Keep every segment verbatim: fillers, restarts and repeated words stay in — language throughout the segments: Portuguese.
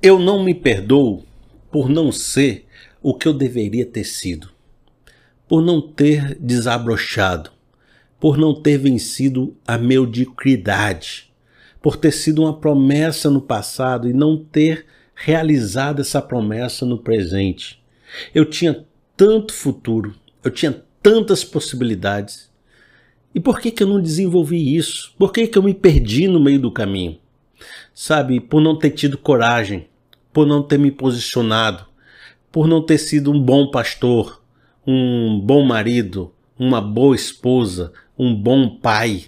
Eu não me perdoo por não ser o que eu deveria ter sido, por não ter desabrochado, por não ter vencido a mediocridade, por ter sido uma promessa no passado e não ter realizado essa promessa no presente. Eu tinha tanto futuro, eu tinha tantas possibilidades. E por que que eu não desenvolvi isso? Por que que eu me perdi no meio do caminho? Sabe, por não ter tido coragem, por não ter me posicionado, por não ter sido um bom pastor, um bom marido, uma boa esposa, um bom pai.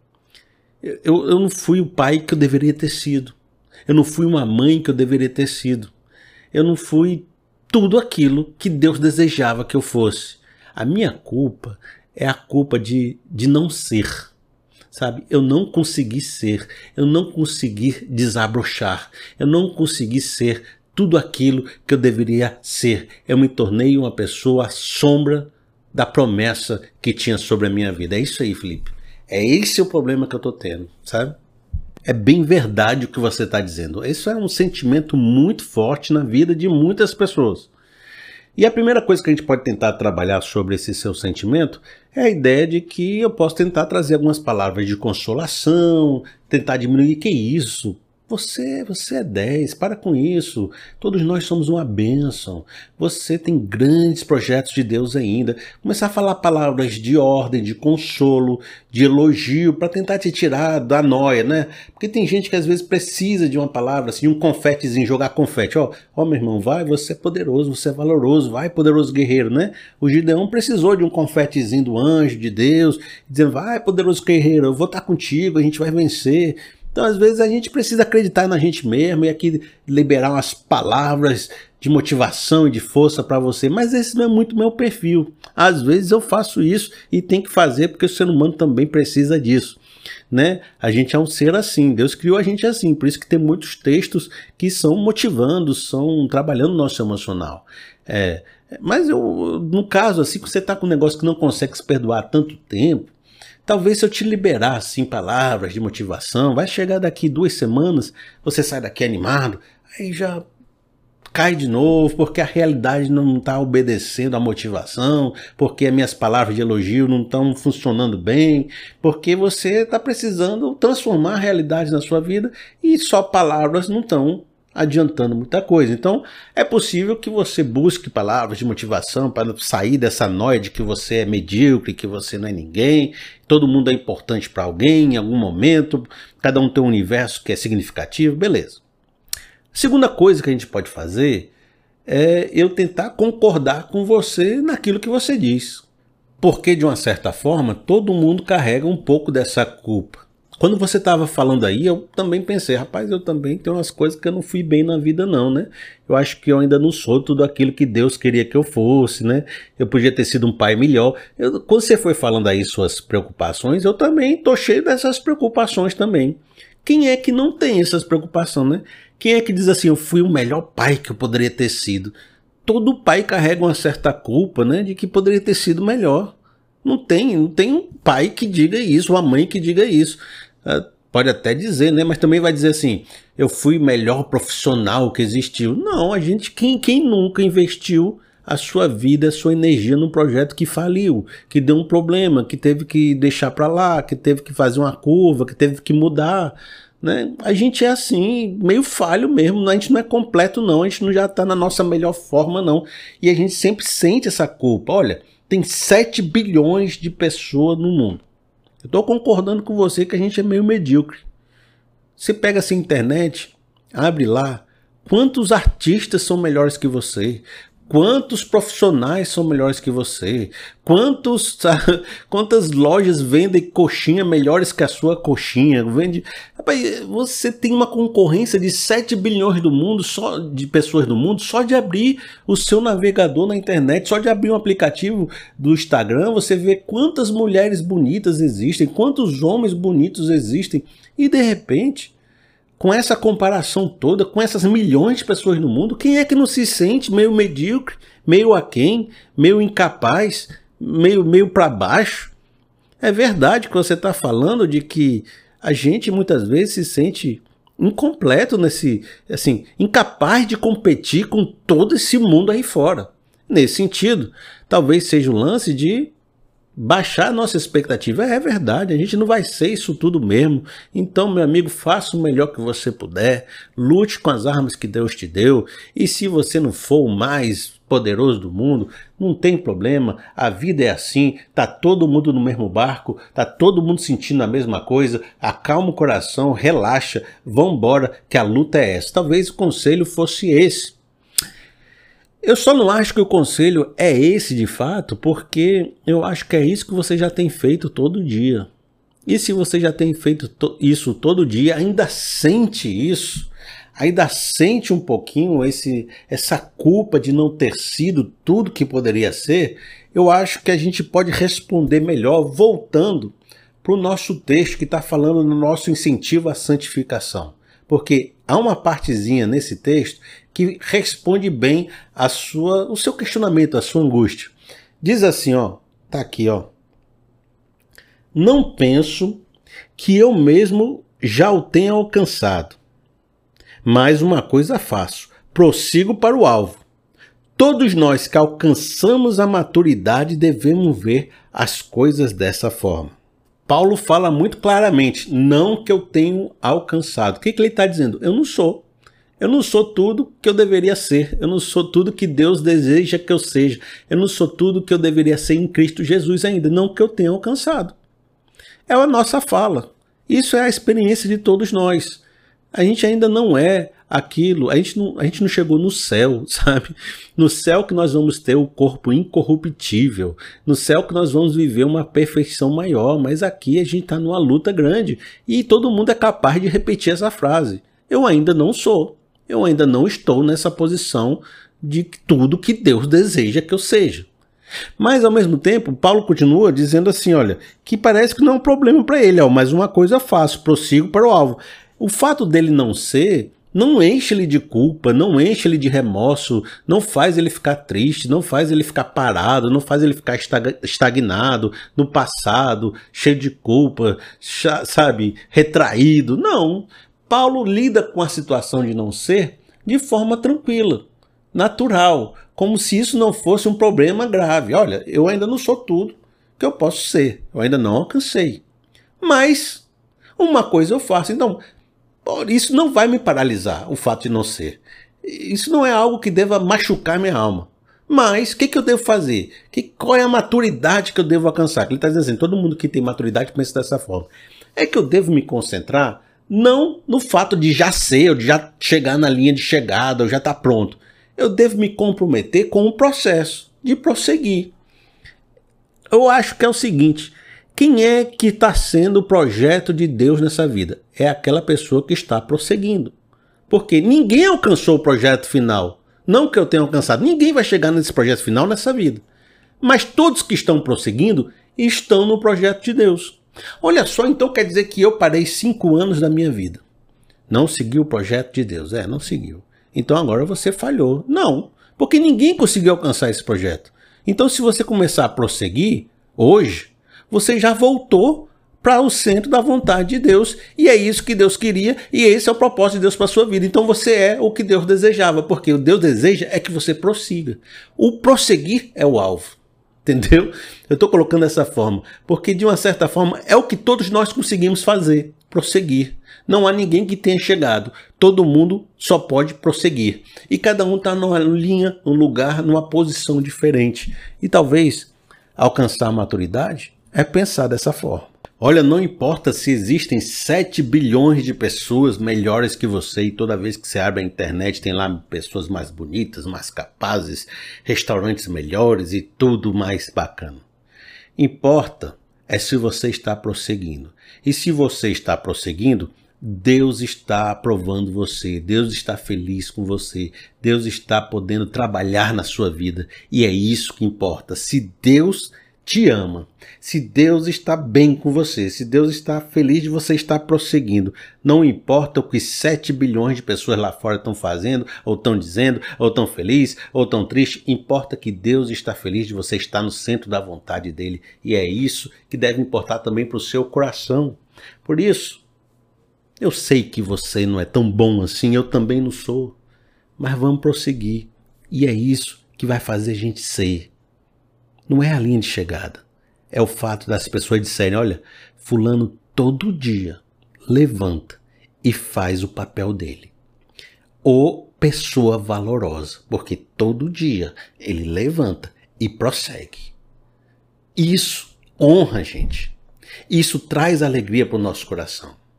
Eu, eu não fui o pai que eu deveria ter sido. Eu não fui uma mãe que eu deveria ter sido. Eu não fui tudo aquilo que Deus desejava que eu fosse. A minha culpa é a culpa de, de não ser. Sabe, eu não consegui ser, eu não consegui desabrochar, eu não consegui ser tudo aquilo que eu deveria ser. Eu me tornei uma pessoa à sombra da promessa que tinha sobre a minha vida. É isso aí, Felipe. É esse o problema que eu tô tendo, sabe? É bem verdade o que você está dizendo. Isso é um sentimento muito forte na vida de muitas pessoas. E a primeira coisa que a gente pode tentar trabalhar sobre esse seu sentimento é a ideia de que eu posso tentar trazer algumas palavras de consolação, tentar diminuir. Que isso? Você, você é dez, para com isso. Todos nós somos uma bênção. Você tem grandes projetos de Deus ainda. Começar a falar palavras de ordem, de consolo, de elogio, para tentar te tirar da noia, né? Porque tem gente que às vezes precisa de uma palavra, assim, um confetezinho, jogar confete. Ó, ó, meu irmão, vai, você é poderoso, você é valoroso, vai, poderoso guerreiro, né? O Gideão precisou de um confetezinho do anjo de Deus, dizendo, vai, poderoso guerreiro, eu vou estar contigo, a gente vai vencer. Então, às vezes, a gente precisa acreditar na gente mesmo e aqui liberar umas palavras de motivação e de força para você. Mas esse não é muito meu perfil. Às vezes eu faço isso e tem que fazer porque o ser humano também precisa disso, né? A gente é um ser assim, Deus criou a gente assim. Por isso que tem muitos textos que são motivando, são trabalhando o nosso emocional. É, mas eu, no caso, assim, que você está com um negócio que não consegue se perdoar há tanto tempo, talvez se eu te liberar assim palavras de motivação, vai chegar daqui duas semanas, você sai daqui animado, aí já cai de novo, porque a realidade não está obedecendo à motivação, porque as minhas palavras de elogio não estão funcionando bem, porque você está precisando transformar a realidade na sua vida e só palavras não estão adiantando muita coisa. Então é possível que você busque palavras de motivação para sair dessa noia de que você é medíocre, que você não é ninguém, todo mundo é importante para alguém em algum momento, cada um tem um universo que é significativo, beleza. Segunda coisa que a gente pode fazer é eu tentar concordar com você naquilo que você diz, porque de uma certa forma todo mundo carrega um pouco dessa culpa. Quando você estava falando aí, eu também pensei, rapaz, eu também tenho umas coisas que eu não fui bem na vida não, né? Eu acho que eu ainda não sou tudo aquilo que Deus queria que eu fosse, né? Eu podia ter sido um pai melhor. Eu, quando você foi falando aí suas preocupações, eu também tô cheio dessas preocupações também. Quem é que não tem essas preocupações, né? Quem é que diz assim, eu fui o melhor pai que eu poderia ter sido? Todo pai carrega uma certa culpa, né? De que poderia ter sido melhor. Não tem, não tem um pai que diga isso, uma mãe que diga isso. Uh, pode até dizer, né? Mas também vai dizer assim, eu fui o melhor profissional que existiu. Não, a gente, quem, quem nunca investiu a sua vida, a sua energia num projeto que faliu, que deu um problema, que teve que deixar para lá, que teve que fazer uma curva, que teve que mudar, né? A gente é assim, meio falho mesmo, a gente não é completo não, a gente não já está na nossa melhor forma não. E a gente sempre sente essa culpa. Olha, tem sete bilhões de pessoas no mundo. Eu estou concordando com você que a gente é meio medíocre. Você pega essa internet, abre lá, quantos artistas são melhores que você? Quantos profissionais são melhores que você? Quantos, quantas lojas vendem coxinha melhores que a sua coxinha? Vende... Rapaz, você tem uma concorrência de sete bilhões do mundo, só de pessoas do mundo, só de abrir o seu navegador na internet, só de abrir um aplicativo do Instagram, você vê quantas mulheres bonitas existem, quantos homens bonitos existem, e de repente, com essa comparação toda, com essas milhões de pessoas no mundo, quem é que não se sente meio medíocre, meio aquém, meio incapaz, meio, meio para baixo? É verdade que você está falando de que a gente muitas vezes se sente incompleto nesse, assim, incapaz de competir com todo esse mundo aí fora. Nesse sentido, talvez seja o lance de baixar a nossa expectativa. É verdade, a gente não vai ser isso tudo mesmo. Então, meu amigo, faça o melhor que você puder, lute com as armas que Deus te deu, e se você não for o mais poderoso do mundo, não tem problema, a vida é assim, tá todo mundo no mesmo barco, tá todo mundo sentindo a mesma coisa, acalma o coração, relaxa, vambora, que a luta é essa. Talvez o conselho fosse esse. Eu só não acho que o conselho é esse de fato, porque eu acho que é isso que você já tem feito todo dia. E se você já tem feito to- isso todo dia, ainda sente isso, ainda sente um pouquinho esse, essa culpa de não ter sido tudo que poderia ser, eu acho que a gente pode responder melhor voltando para o nosso texto que está falando no nosso incentivo à santificação. Porque há uma partezinha nesse texto que responde bem a sua, o seu questionamento, a sua angústia. Diz assim, ó, tá aqui, ó. Não penso que eu mesmo já o tenha alcançado, mas uma coisa faço, prossigo para o alvo. Todos nós que alcançamos a maturidade devemos ver as coisas dessa forma. Paulo fala muito claramente, não que eu tenho alcançado. O que, que ele está dizendo? Eu não sou. Eu não sou tudo que eu deveria ser. Eu não sou tudo que Deus deseja que eu seja. Eu não sou tudo que eu deveria ser em Cristo Jesus ainda. Não que eu tenha alcançado. É a nossa fala. Isso é a experiência de todos nós. A gente ainda não é aquilo, a gente não, a gente não chegou no céu, sabe? No céu que nós vamos ter o corpo incorruptível, no céu que nós vamos viver uma perfeição maior, mas aqui a gente está numa luta grande e todo mundo é capaz de repetir essa frase. Eu ainda não sou, eu ainda não estou nessa posição de tudo que Deus deseja que eu seja. Mas ao mesmo tempo, Paulo continua dizendo assim, olha, que parece que não é um problema para ele, ó, mas uma coisa faço, prossigo para o alvo. O fato dele não ser, não enche ele de culpa, não enche ele de remorso, não faz ele ficar triste, não faz ele ficar parado, não faz ele ficar estagnado no passado, cheio de culpa, sabe, retraído. Não. Paulo lida com a situação de não ser de forma tranquila, natural, como se isso não fosse um problema grave. Olha, eu ainda não sou tudo que eu posso ser, eu ainda não alcancei. Mas uma coisa eu faço, então isso não vai me paralisar, o fato de não ser. Isso não é algo que deva machucar minha alma. Mas o que, que eu devo fazer? Que, qual é a maturidade que eu devo alcançar? Ele está dizendo assim, todo mundo que tem maturidade pensa dessa forma. É que eu devo me concentrar não no fato de já ser, ou de já chegar na linha de chegada, ou já estar pronto. Eu devo me comprometer com o processo de prosseguir. Eu acho que é o seguinte, quem é que está sendo o projeto de Deus nessa vida? É aquela pessoa que está prosseguindo. Porque ninguém alcançou o projeto final. Não que eu tenha alcançado. Ninguém vai chegar nesse projeto final nessa vida. Mas todos que estão prosseguindo estão no projeto de Deus. Olha só, então quer dizer que eu parei cinco anos da minha vida. Não seguiu o projeto de Deus. É, não seguiu. Então agora você falhou. Não, porque ninguém conseguiu alcançar esse projeto. Então se você começar a prosseguir hoje, você já voltou para o centro da vontade de Deus. E é isso que Deus queria e esse é o propósito de Deus para a sua vida. Então você é o que Deus desejava, porque o Deus deseja é que você prossiga. O prosseguir é o alvo. Entendeu? Eu estou colocando dessa forma, porque de uma certa forma é o que todos nós conseguimos fazer, prosseguir. Não há ninguém que tenha chegado, todo mundo só pode prosseguir. E cada um está numa linha, num lugar, numa posição diferente. E talvez alcançar a maturidade é pensar dessa forma. Olha, não importa se existem sete bilhões de pessoas melhores que você e toda vez que você abre a internet tem lá pessoas mais bonitas, mais capazes, restaurantes melhores e tudo mais bacana. Importa é se você está prosseguindo. E se você está prosseguindo, Deus está aprovando você, Deus está feliz com você, Deus está podendo trabalhar na sua vida. E é isso que importa. Se Deus te ama, se Deus está bem com você, se Deus está feliz de você estar prosseguindo, não importa o que sete bilhões de pessoas lá fora estão fazendo, ou estão dizendo, ou estão felizes, ou estão tristes, importa que Deus está feliz de você estar no centro da vontade dele, e é isso que deve importar também para o seu coração. Por isso, Eu sei que você não é tão bom assim, eu também não sou. Mas vamos prosseguir. E é isso que vai fazer a gente ser. Não é a linha de chegada. É o fato das pessoas disserem, olha, fulano todo dia levanta e faz o papel dele. Ou pessoa valorosa, porque todo dia ele levanta e prossegue. Isso honra a gente. Isso traz alegria para o nosso coração.